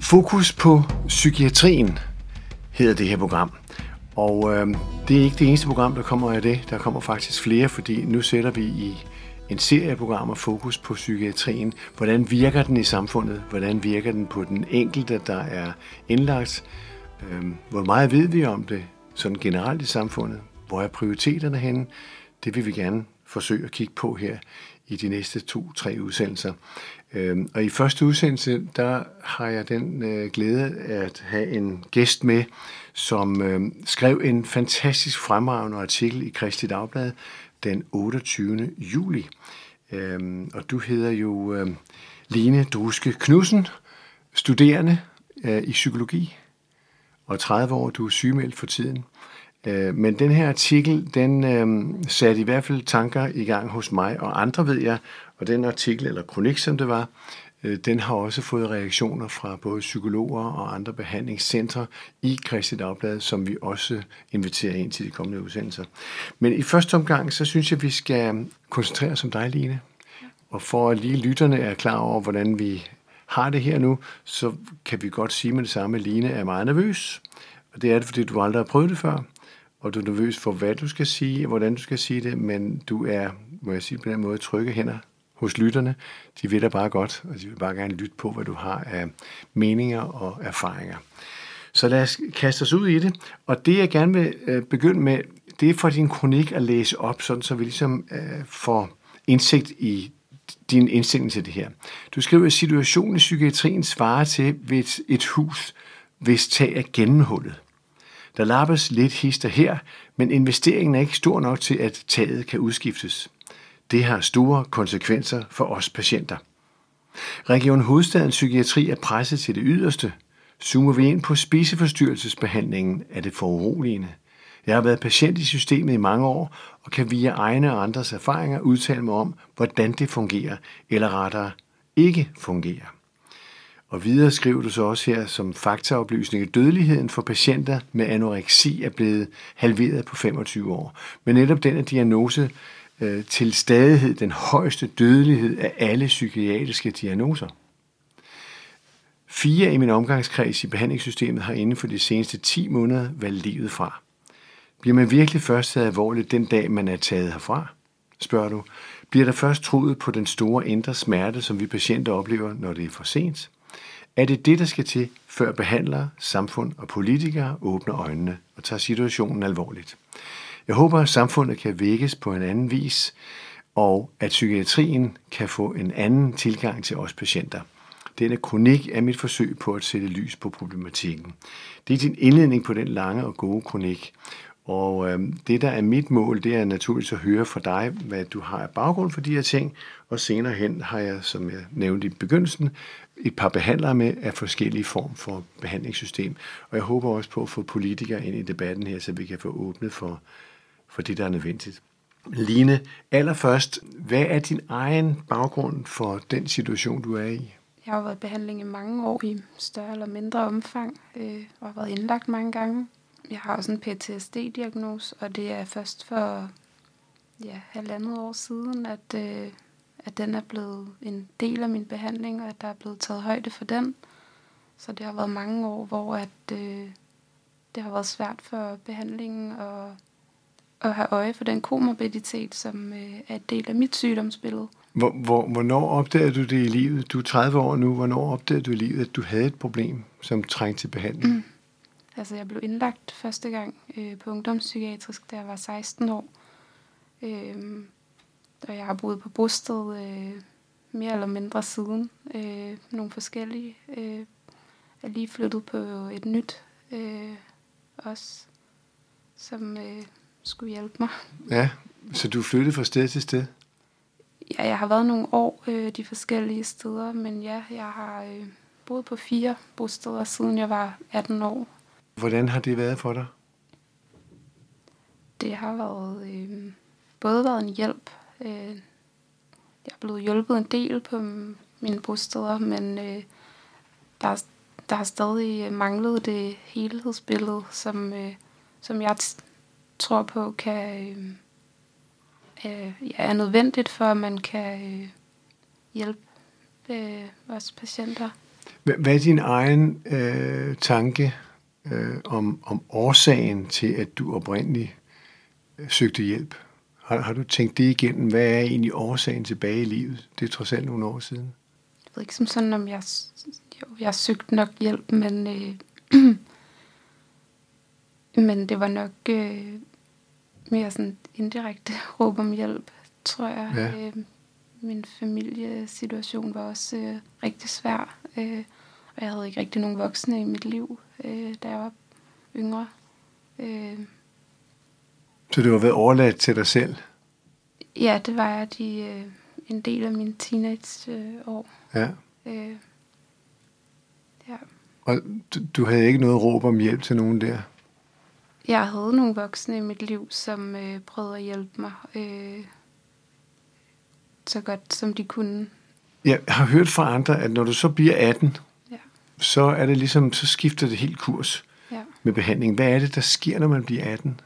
Fokus på psykiatrien hedder det her program. Og det er ikke det eneste program, der kommer af det. Der kommer faktisk flere, fordi nu sætter vi i en serie af programmer fokus på psykiatrien. Hvordan virker den i samfundet? Hvordan virker den på den enkelte, der er indlagt? Hvor meget ved vi om det sådan generelt i samfundet? Hvor er prioriteterne henne? Det vil vi gerne forsøge at kigge på her i de næste 2-3 udsendelser. Og i første udsendelse, der har jeg den glæde at have en gæst med, som skrev en fantastisk fremragende artikel i Kristeligt Dagblad den 28. juli. Og du hedder jo Line Druske Knudsen, studerende i psykologi, og 30 år, du er sygemeldt for tiden. Men den her artikel, den satte i hvert fald tanker i gang hos mig og andre, ved jeg, og den artikel, eller kronik som det var, den har også fået reaktioner fra både psykologer og andre behandlingscentre i Kristeligt Dagblad, som vi også inviterer ind til de kommende udsendelser. Men i første omgang, så synes jeg, vi skal koncentrere os om dig, Line. Og for at lige lytterne er klar over, hvordan vi har det her nu, så kan vi godt sige med det samme, at Line er meget nervøs. Og det er det, fordi du aldrig har prøvet det før. Og du er nervøs for, hvad du skal sige, og hvordan du skal sige det, men du er, må jeg sige på den måde, trygge hænder hos lytterne. De vil da bare godt, og de vil bare gerne lytte på, hvad du har af meninger og erfaringer. Så lad os kaste os ud i det. Og det, jeg gerne vil begynde med, det er for din kronik at læse op, sådan så vi ligesom får indsigt i din indstilling til det her. Du skriver, at situationen i psykiatrien svarer til ved et hus, hvis tag er gennemhullet. Der lappes lidt hister her, men investeringen er ikke stor nok til, at taget kan udskiftes. Det har store konsekvenser for os patienter. Region Hovedstadens psykiatri er presset til det yderste. Zoomer vi ind på spiseforstyrrelsesbehandlingen, er det foruroligende. Jeg har været patient i systemet i mange år, og kan via egne og andres erfaringer udtale mig om, hvordan det fungerer, eller rettere ikke fungerer. Og videre skriver du så også her som faktaoplysning, at dødeligheden for patienter med anoreksi er blevet halveret på 25 år. Men netop den diagnose til stadighed den højeste dødelighed af alle psykiatriske diagnoser. 4 i min omgangskreds i behandlingssystemet har inden for de seneste 10 måneder valgt livet fra. Bliver man virkelig først taget alvorligt den dag, man er taget herfra? Spørger du. Bliver der først troet på den store indre smerte, som vi patienter oplever, når det er for sent? Er det det, der skal til, før behandlere, samfund og politikere åbner øjnene og tager situationen alvorligt? Jeg håber, at samfundet kan vækkes på en anden vis, og at psykiatrien kan få en anden tilgang til os patienter. Denne kronik er mit forsøg på at sætte lys på problematikken. Det er din indledning på den lange og gode kronik. Og det, der er mit mål, det er naturligt at høre fra dig, hvad du har af baggrund for de her ting. Og senere hen har jeg, som jeg nævnte i begyndelsen, et par behandlere med af forskellige form for behandlingssystem. Og jeg håber også på at få politikere ind i debatten her, så vi kan få åbnet for det, der er nødvendigt. Line, allerførst, hvad er din egen baggrund for den situation, du er i? Jeg har været i behandling i mange år i større eller mindre omfang, og har været indlagt mange gange. Jeg har også en PTSD-diagnose, og det er først for 1,5 år siden, at den er blevet en del af min behandling, og at der er blevet taget højde for den. Så det har været mange år, hvor det har været svært for behandlingen at have øje for den komorbiditet, som er en del af mit sygdomsbillede. Hvornår opdagede du det i livet? Du er 30 år nu. Hvornår opdagede du i livet, at du havde et problem, som trængte til behandling? Altså, jeg blev indlagt første gang på ungdomspsykiatrisk, da jeg var 16 år. Og jeg har boet på bosted mere eller mindre siden. Nogle forskellige. Jeg er lige flyttet på et nyt også, som skulle hjælpe mig. Ja, så du flyttede fra sted til sted? Ja, jeg har været nogle år de forskellige steder, men ja, jeg har boet på 4 bosteder, siden jeg var 18 år. Hvordan har det været for dig? Det har været både været en hjælp. Jeg er blevet hjulpet en del på mine bosteder, men der har stadig manglet det helhedsbillede, som jeg tror på er nødvendigt for, at man kan hjælpe vores patienter. Hvad er din egen tanke om årsagen til, at du oprindeligt søgte hjælp? Har du tænkt det igennem? Hvad er egentlig årsagen tilbage i livet? Det er trods alt nogle år siden. Jeg ved ikke som sådan, om jeg søgte nok hjælp, men, men det var nok mere sådan indirekte råb om hjælp, tror jeg. Ja. Min familiesituation var også rigtig svær, og jeg havde ikke rigtig nogen voksne i mit liv, da jeg var yngre. Så du har været overladt til dig selv? Ja, det var jeg en del af mine teenageår. Ja. Ja. Og du havde ikke noget råb om hjælp til nogen der? Jeg havde nogle voksne i mit liv, som prøvede at hjælpe mig så godt som de kunne. Jeg har hørt fra andre, at når du så bliver 18, Ja. så er det ligesom, så skifter det helt kurs med behandling. Hvad er det, der sker, når man bliver 18?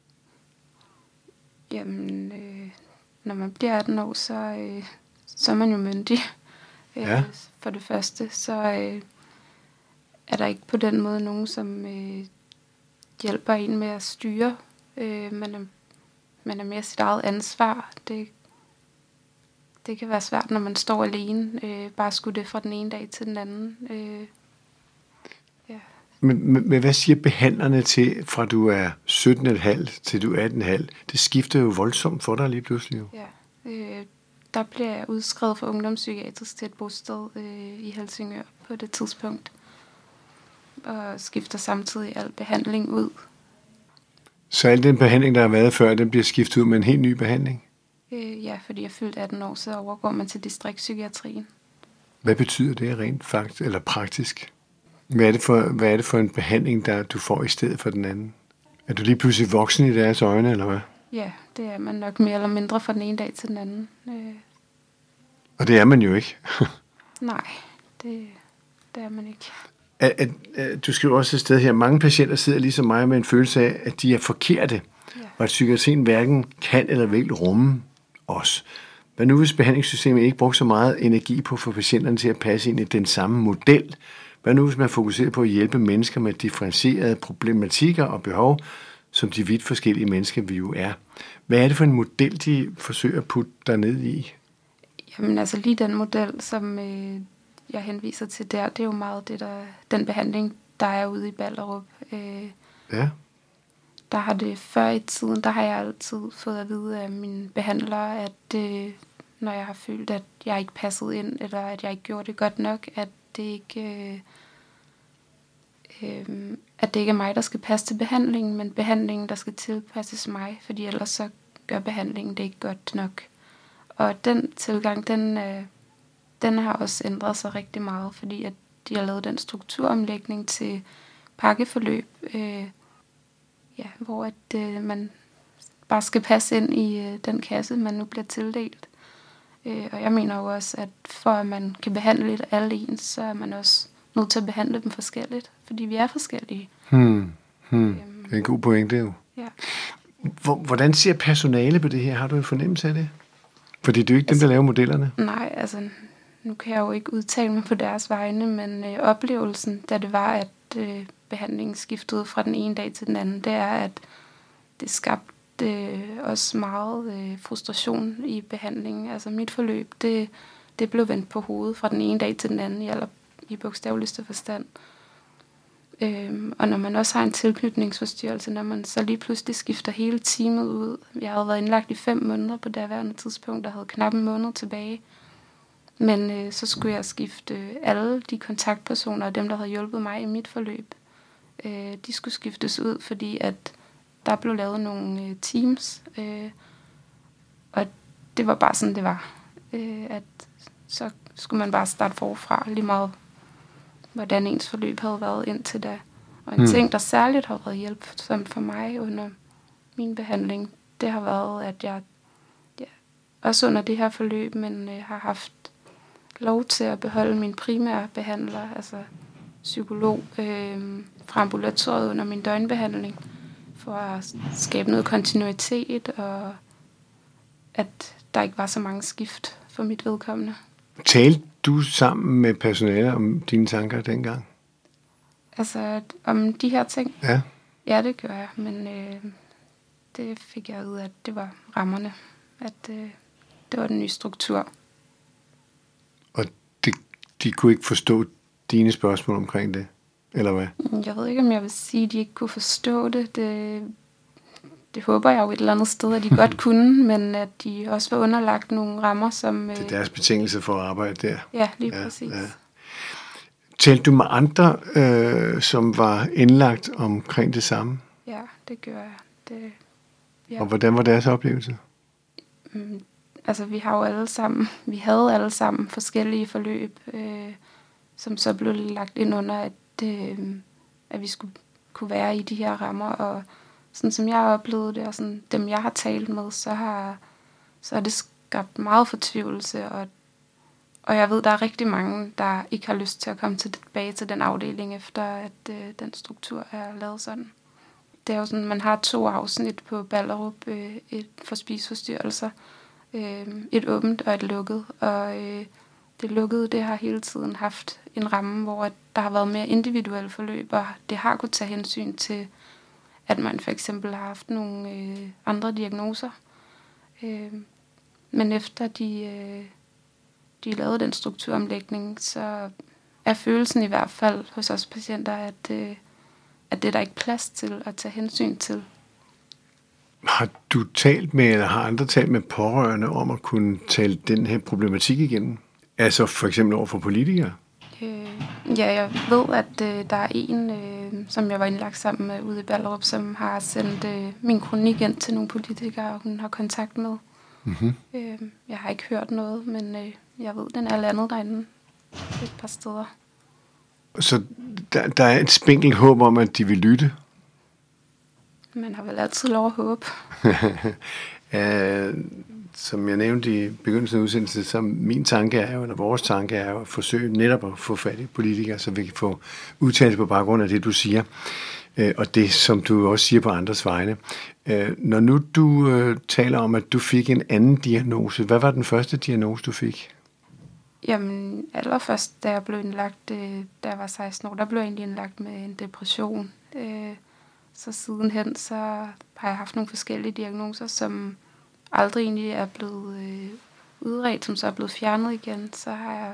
Jamen, når man bliver 18 år, så er man jo myndig. Ja. For det første, så er der ikke på den måde nogen, som hjælper en med at styre. Man er mere sit eget ansvar. Det kan være svært, når man står alene. Bare skulle det fra den ene dag til den anden. Ja. Men hvad siger behandlerne til, fra du er 17,5 til du er 18,5? Det skifter jo voldsomt for dig lige pludselig. Jo. Ja. Der bliver jeg udskrevet fra ungdomspsykiatrisk til et bosted i Helsingør på det tidspunkt. Og skifter samtidig al behandling ud. Så al den behandling, der har været før, den bliver skiftet ud med en helt ny behandling? Ja, fordi jeg er fyldt 18 år, så overgår man til distriktspsykiatrien. Hvad betyder det rent faktisk eller praktisk? Hvad er det for en behandling, der du får i stedet for den anden? Er du lige pludselig voksen i deres øjne, eller hvad? Ja, det er man nok mere eller mindre fra den ene dag til den anden. Og det er man jo ikke. Nej, det er man ikke. Du skriver også et sted her, mange patienter sidder ligesom mig med en følelse af, at de er forkerte, og at psykiatrien hverken kan eller vil rumme os. Hvad nu hvis behandlingssystemet ikke bruger så meget energi på at få patienterne til at passe ind i den samme model? Hvad nu hvis man fokuserer på at hjælpe mennesker med differentierede problematikker og behov, som de vidt forskellige mennesker vi jo er? Hvad er det for en model, de forsøger at putte der ned i? Jamen altså lige den model, som jeg henviser til der, det er jo meget den behandling, der er ude i Ballerup. Ja. Der har det før i tiden, der har jeg altid fået at vide af mine behandlere, at når jeg har følt, at jeg ikke passede ind, eller at jeg ikke gjorde det godt nok, at det ikke er mig, der skal passe til behandlingen, men behandlingen, der skal tilpasses mig, fordi ellers så gør behandlingen det ikke godt nok. Og den tilgang, den har også ændret sig rigtig meget, fordi at de har lavet den strukturomlægning til pakkeforløb, hvor at man bare skal passe ind i den kasse, man nu bliver tildelt. Og jeg mener jo også, at for at man kan behandle lidt alle ens, så er man også nødt til at behandle dem forskelligt, fordi vi er forskellige. Det er en god pointe jo. Ja. Hvordan ser personale på det her? Har du en fornemmelse af det? Fordi det er jo ikke dem, der laver modellerne. Nej, altså nu kan jeg jo ikke udtale mig på deres vegne, men oplevelsen, da det var, at behandlingen skiftede fra den ene dag til den anden, det er, at det skabte også meget frustration i behandlingen. Altså mit forløb, det blev vendt på hovedet fra den ene dag til den anden, i bogstaveligste forstand. Og når man også har en tilknytningsforstyrrelse, når man så lige pludselig skifter hele teamet ud. Jeg havde været indlagt i 5 måneder på daværende tidspunkt, og havde knap en måned tilbage. Men så skulle jeg skifte alle de kontaktpersoner, og dem, der havde hjulpet mig i mit forløb. De skulle skiftes ud, fordi at der blev lavet nogle teams. Og det var bare sådan, det var. At så skulle man bare starte forfra lige meget, hvordan ens forløb havde været indtil da. Og en ting, der særligt har været hjælpsomt for mig under min behandling, det har været, at jeg også under det her forløb, men har haft lov til at beholde min primære behandler, altså psykolog, fra ambulatoriet under min døgnbehandling, for at skabe noget kontinuitet, og at der ikke var så mange skift for mit vedkommende. Talte du sammen med personale om dine tanker dengang? Altså, om de her ting? Ja. Ja, det gør jeg, men det fik jeg ud af, at det var rammerne. At det var den nye struktur. Og de kunne ikke forstå dine spørgsmål omkring det, eller hvad? Jeg ved ikke, om jeg vil sige, at de ikke kunne forstå det. Det håber jeg jo et eller andet sted, at de godt kunne, men at de også var underlagt nogle rammer, som... Det er deres betingelse for at arbejde der. Ja, lige præcis. Ja. Talte du med andre, som var indlagt omkring det samme? Ja, det gør jeg. Ja. Og hvordan var deres oplevelse? Altså, vi havde alle sammen forskellige forløb, som så blev lagt ind under, at vi skulle kunne være i de her rammer, og sådan som jeg oplevede det, og sådan dem jeg har talt med, så har det skabt meget fortvivlelse, og jeg ved, der er rigtig mange, der ikke har lyst til at komme tilbage til den afdeling, efter at den struktur er lavet sådan. Det er jo sådan, man har 2 afsnit på Ballerup, et for spiseforstyrrelser, et åbent og et lukket, og det lukkede, det har hele tiden haft en ramme, hvor der har været mere individuelle forløb, og det har kunnet tage hensyn til, at man for eksempel har haft nogle andre diagnoser. Men efter de lavede den strukturomlægning, så er følelsen i hvert fald hos os patienter, at det er der ikke plads til at tage hensyn til. Har du talt med, eller har andre talt med pårørende om at kunne tale den her problematik igennem? Altså for eksempel over for politikere? Ja, jeg ved, at der er en, som jeg var indlagt sammen med ude i Ballerup, som har sendt min kronik ind til nogle politikere, og hun har kontakt med. Mm-hmm. Jeg har ikke hørt noget, men jeg ved, den er landet derinde et par steder. Så der er et spinkelt håb om, at de vil lytte? Man har vel altid lov at håbe. Som jeg nævnte i begyndelsen af udsendelsen, så min tanke er jo, eller vores tanke er jo at forsøge netop at få fat i politikere, så vi kan få udtalelse på baggrund af det, du siger, og det, som du også siger på andres vegne. Når nu du taler om, at du fik en anden diagnose, hvad var den første diagnose, du fik? Jamen, allerførst, da jeg blev indlagt, da jeg var 16 år, der blev jeg egentlig indlagt med en depression. Så sidenhen, så har jeg haft nogle forskellige diagnoser, som aldrig egentlig er blevet udredt, som så er blevet fjernet igen. Så har jeg,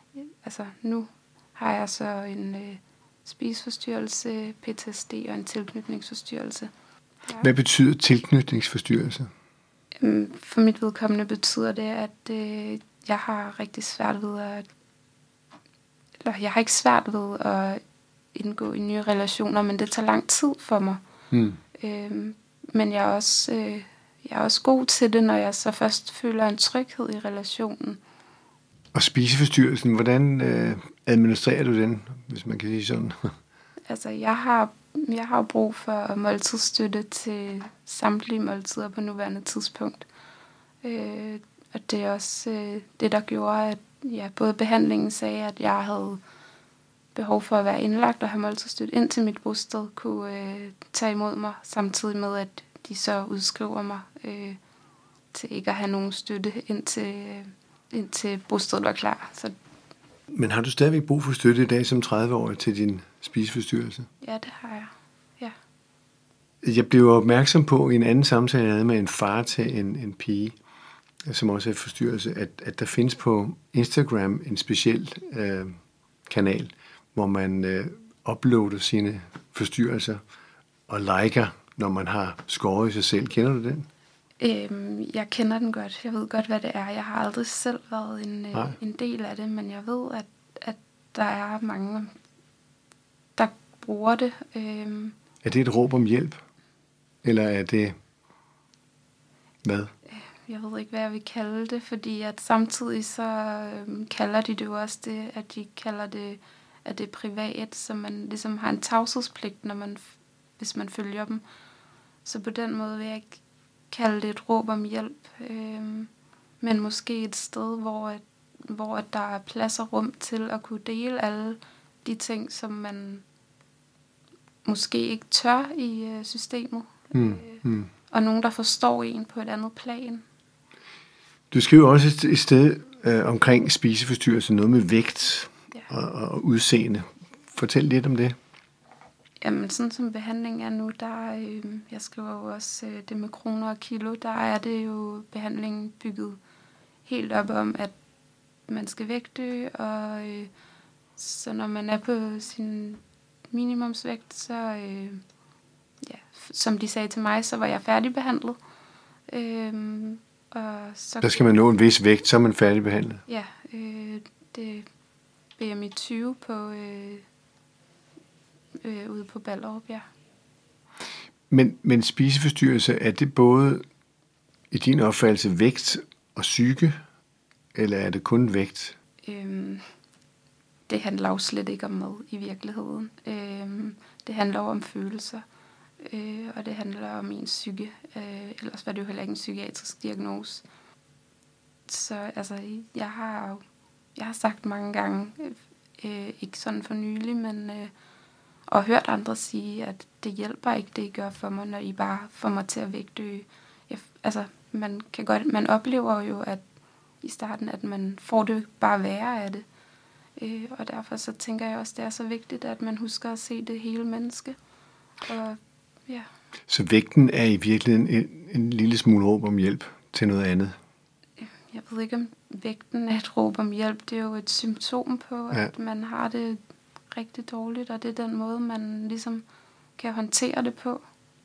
nu har jeg så en spiseforstyrrelse, PTSD og en tilknytningsforstyrrelse. Ja. Hvad betyder tilknytningsforstyrrelse? For mit vedkommende betyder det, at jeg har rigtig svært ved jeg har ikke svært ved at indgå i nye relationer, men det tager lang tid for mig. Men jeg er også god til det, når jeg så først føler en tryghed i relationen. Og spiseforstyrrelsen, hvordan administrerer du den, hvis man kan sige sådan? Altså, jeg har brug for måltidsstøtte til samtlige måltider på nuværende tidspunkt. Og det er også det, der gjorde, at både behandlingen sagde, at jeg havde behov for at være indlagt og have måltidsstøtte ind til mit bosted, kunne tage imod mig, samtidig med, at de så udskriver mig til ikke at have nogen støtte indtil bostedet var klar. Så. Men har du stadigvæk brug for støtte i dag som 30-årig til din spiseforstyrrelse? Ja, det har jeg. Ja. Jeg blev opmærksom på i en anden samtale, jeg havde med en far til en pige, som også er forstyrrelse, at der findes på Instagram en speciel kanal, hvor man uploader sine forstyrrelser og liker, når man har skåret i sig selv. Kender du den? Jeg kender den godt. Jeg ved godt, hvad det er. Jeg har aldrig selv været en del af det, men jeg ved, at der er mange, der bruger det. Er det et råb om hjælp? Eller er det hvad? Jeg ved ikke, hvad jeg vil kalde det, fordi at samtidig så kalder de det jo også det, at de kalder det, at det er privat, så man ligesom har en tavshedspligt, hvis man følger dem. Så på den måde vil jeg ikke kalde det et råb om hjælp, men måske et sted, hvor der er plads og rum til at kunne dele alle de ting, som man måske ikke tør i systemet. Og nogen, der forstår en på et andet plan. Du skriver også et sted omkring spiseforstyrrelse, noget med vægt Ja. og udseende. Fortæl lidt om det. Jamen, sådan som behandling er nu, jeg skriver jo også det med kroner og kilo, der er det jo behandlingen bygget helt op om, at man skal vægtøge, og så når man er på sin minimumsvægt, så, som de sagde til mig, så var jeg færdigbehandlet. Og så Der skal man nå en vis vægt, så er man færdigbehandlet. Ja, det BMI 20 på ude på Ballerup, ja. Men spiseforstyrrelse, er det både i din opfattelse vægt og psyke, eller er det kun vægt? Det handler jo slet ikke om mad i virkeligheden. Det handler jo om følelser, og det handler om ens psyke. Ellers var det jo heller ikke en psykiatrisk diagnose. Så altså, jeg har sagt mange gange, ikke sådan for nylig, men og hørt andre sige, at det hjælper ikke, det I gør for mig, når I bare får mig til at vægtøge. Man oplever jo, at i starten, at man får det bare værre af det. Og derfor så tænker jeg også, det er så vigtigt, at man husker at se det hele menneske. Og, ja. Så vægten er i virkeligheden en lille smule råb om hjælp til noget andet? Jeg ved ikke, om vægten er et råb om hjælp. Det er jo et symptom på, at man har det rigtig dårligt, og det er den måde, man ligesom kan håndtere det på.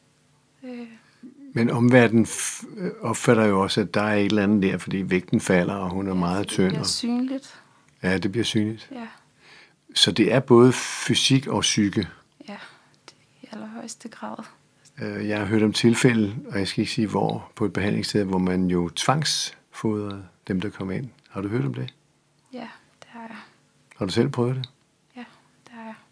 Men omverdenen opfatter jo også, at der er et eller andet der, fordi vægten falder, og hun er meget tynd. Det bliver synligt. Ja, det bliver synligt. Ja. Så det er både fysik og psyke? Ja, det i allerhøjeste grad. Jeg har hørt om tilfælde, og jeg skal ikke sige hvor, på et behandlingssted, hvor man jo tvangsfodrede dem, der kom ind. Har du hørt om det? Ja, det har jeg. Har du selv prøvet det? Ja, det har jeg.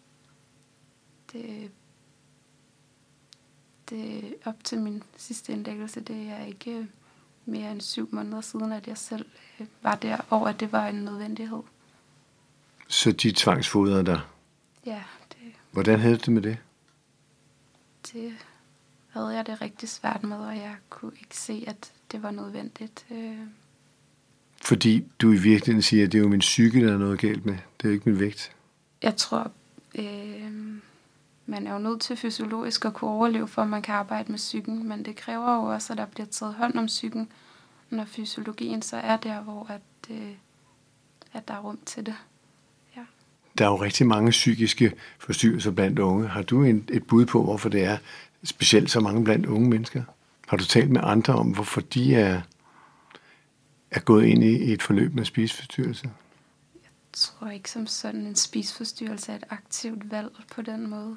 Det op til min sidste indlæggelse, det er ikke mere end 7 måneder siden, at jeg selv var der, og at det var en nødvendighed. Så de tvangsfodrede dig? Ja. Hvordan havde du det med det? Det havde jeg det rigtig svært med, og jeg kunne ikke se, at det var nødvendigt. Fordi du i virkeligheden siger, at det er jo min psyke, der er noget galt med. Det er jo ikke min vægt. Jeg tror, man er jo nødt til fysiologisk at kunne overleve, for at man kan arbejde med psyken. Men det kræver jo også, at der bliver taget hånd om psyken, når fysiologien så er der, hvor at der er rum til det. Ja. Der er jo rigtig mange psykiske forstyrrelser blandt unge. Har du et bud på, hvorfor det er specielt så mange blandt unge mennesker? Har du talt med andre om, hvorfor de er gået ind i et forløb med spiseforstyrrelse? Jeg tror ikke som sådan en spiseforstyrrelse er et aktivt valg på den måde.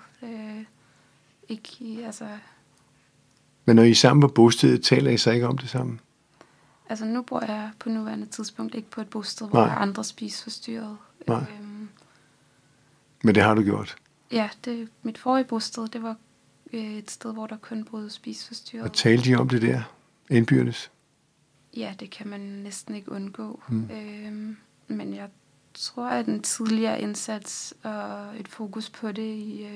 Men når I er sammen på bostedet, taler I så ikke om det sammen? Altså nu bor jeg på nuværende tidspunkt ikke på et bosted, hvor der er andre spiseforstyrrede. Nej. Men det har du gjort? Ja, mit forrige bosted, det var et sted, hvor der kun boede spiseforstyrrede. Og talte I om det der indbyrdes? Ja, det kan man næsten ikke undgå. Men jeg tror, at en tidligere indsats og et fokus på det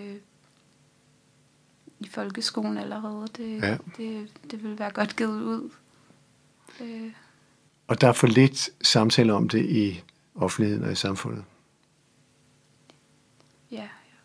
i folkeskolen allerede, det vil være godt givet ud. Og der er for lidt samtale om det i offentligheden og i samfundet? Ja,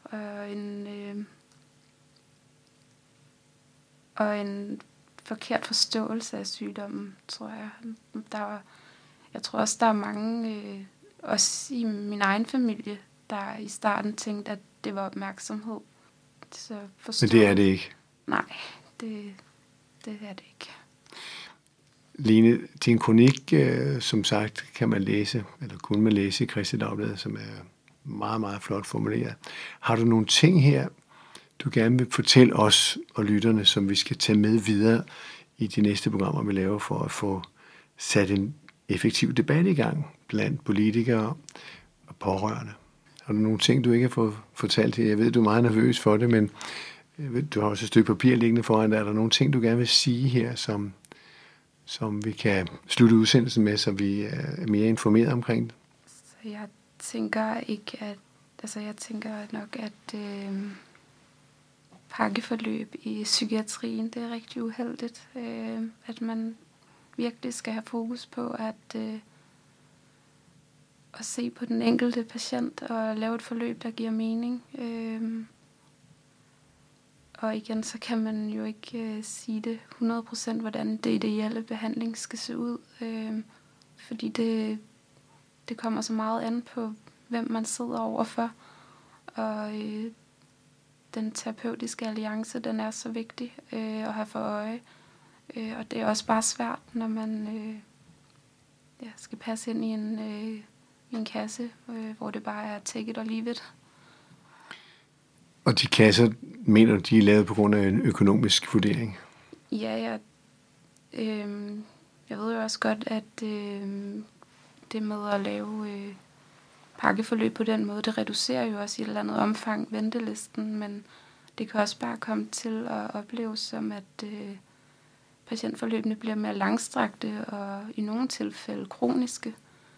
og en forkert forståelse af sygdommen, tror jeg. Jeg tror også, der er mange, også i min egen familie, der i starten tænkte, at det var opmærksomhed. Så men det er det ikke? Nej, det er det ikke. Line, din kronik, som sagt, kan man læse, eller kunne man læse i Kristeligt Dagblad, som er meget, meget flot formuleret. Har du nogle ting her, du gerne vil fortælle os og lytterne, som vi skal tage med videre i de næste programmer, vi laver, for at få sat en effektiv debat i gang blandt politikere og pårørende? Har du nogle ting, du ikke har fået fortalt her? Jeg ved, du er meget nervøs for det, men du har også et stykke papir liggende foran dig. Er der nogle ting, du gerne vil sige her, som vi kan slutte udsendelsen med, så vi er mere informeret omkring det? Så jeg tænker ikke, jeg tænker nok, at pakkeforløb i psykiatrien, det er rigtig uheldigt. At man virkelig skal have fokus på, at se på den enkelte patient og lave et forløb, der giver mening. Og igen, så kan man jo ikke sige det 100%, hvordan det ideelle behandling skal se ud. Fordi det kommer så meget an på, hvem man sidder overfor. Og den terapeutiske alliance, den er så vigtig at have for øje. Og det er også bare svært, når man skal passe ind i en kasse, hvor det bare er take it or leave it. Og de kasser, mener du, de er lavet på grund af en økonomisk vurdering? Ja, jeg ved jo også godt, at det med at lave pakkeforløb på den måde, det reducerer jo også i et eller andet omfang ventelisten, men det kan også bare komme til at opleves som, at patientforløbene bliver mere langstrakte og i nogle tilfælde kroniske.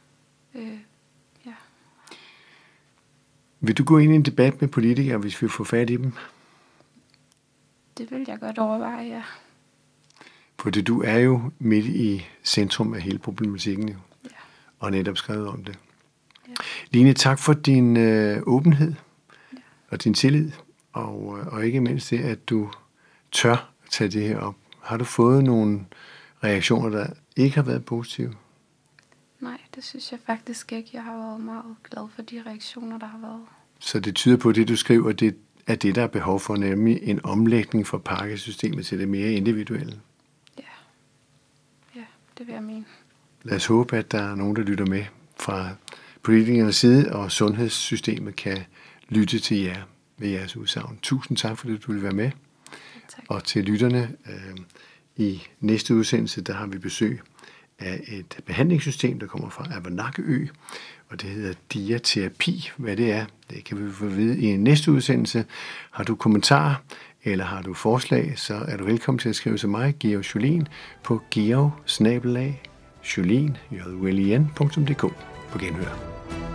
Vil du gå ind i en debat med politikere, hvis vi får fat i dem? Det vil jeg godt overveje, ja. Fordi du er jo midt i centrum af hele problematikken, jo. Ja. Og netop skrevet om det. Ja. Line, tak for din åbenhed og din tillid, og ikke mindst det, at du tør tage det her op. Har du fået nogle reaktioner, der ikke har været positive? Nej, det synes jeg faktisk ikke. Jeg har været meget glad for de reaktioner, der har været. Så det tyder på, at det du skriver, det er det, der er behov for, nemlig en omlægning fra pakkesystemet til det mere individuelle? Ja, det vil jeg mene. Lad os håbe, at der er nogen, der lytter med fra politikernes side, og sundhedssystemet kan lytte til jer ved jeres udsagn. Tusind tak, fordi du ville være med. Tak. Og til lytterne, i næste udsendelse, der har vi besøg af et behandlingssystem, der kommer fra Avanakeø, og det hedder diaterapi. Hvad det er, det kan vi få at vide i næste udsendelse. Har du kommentarer, eller har du forslag, så er du velkommen til at skrive til mig, Georg Jolin, på georg@jolin.dk. På genhør.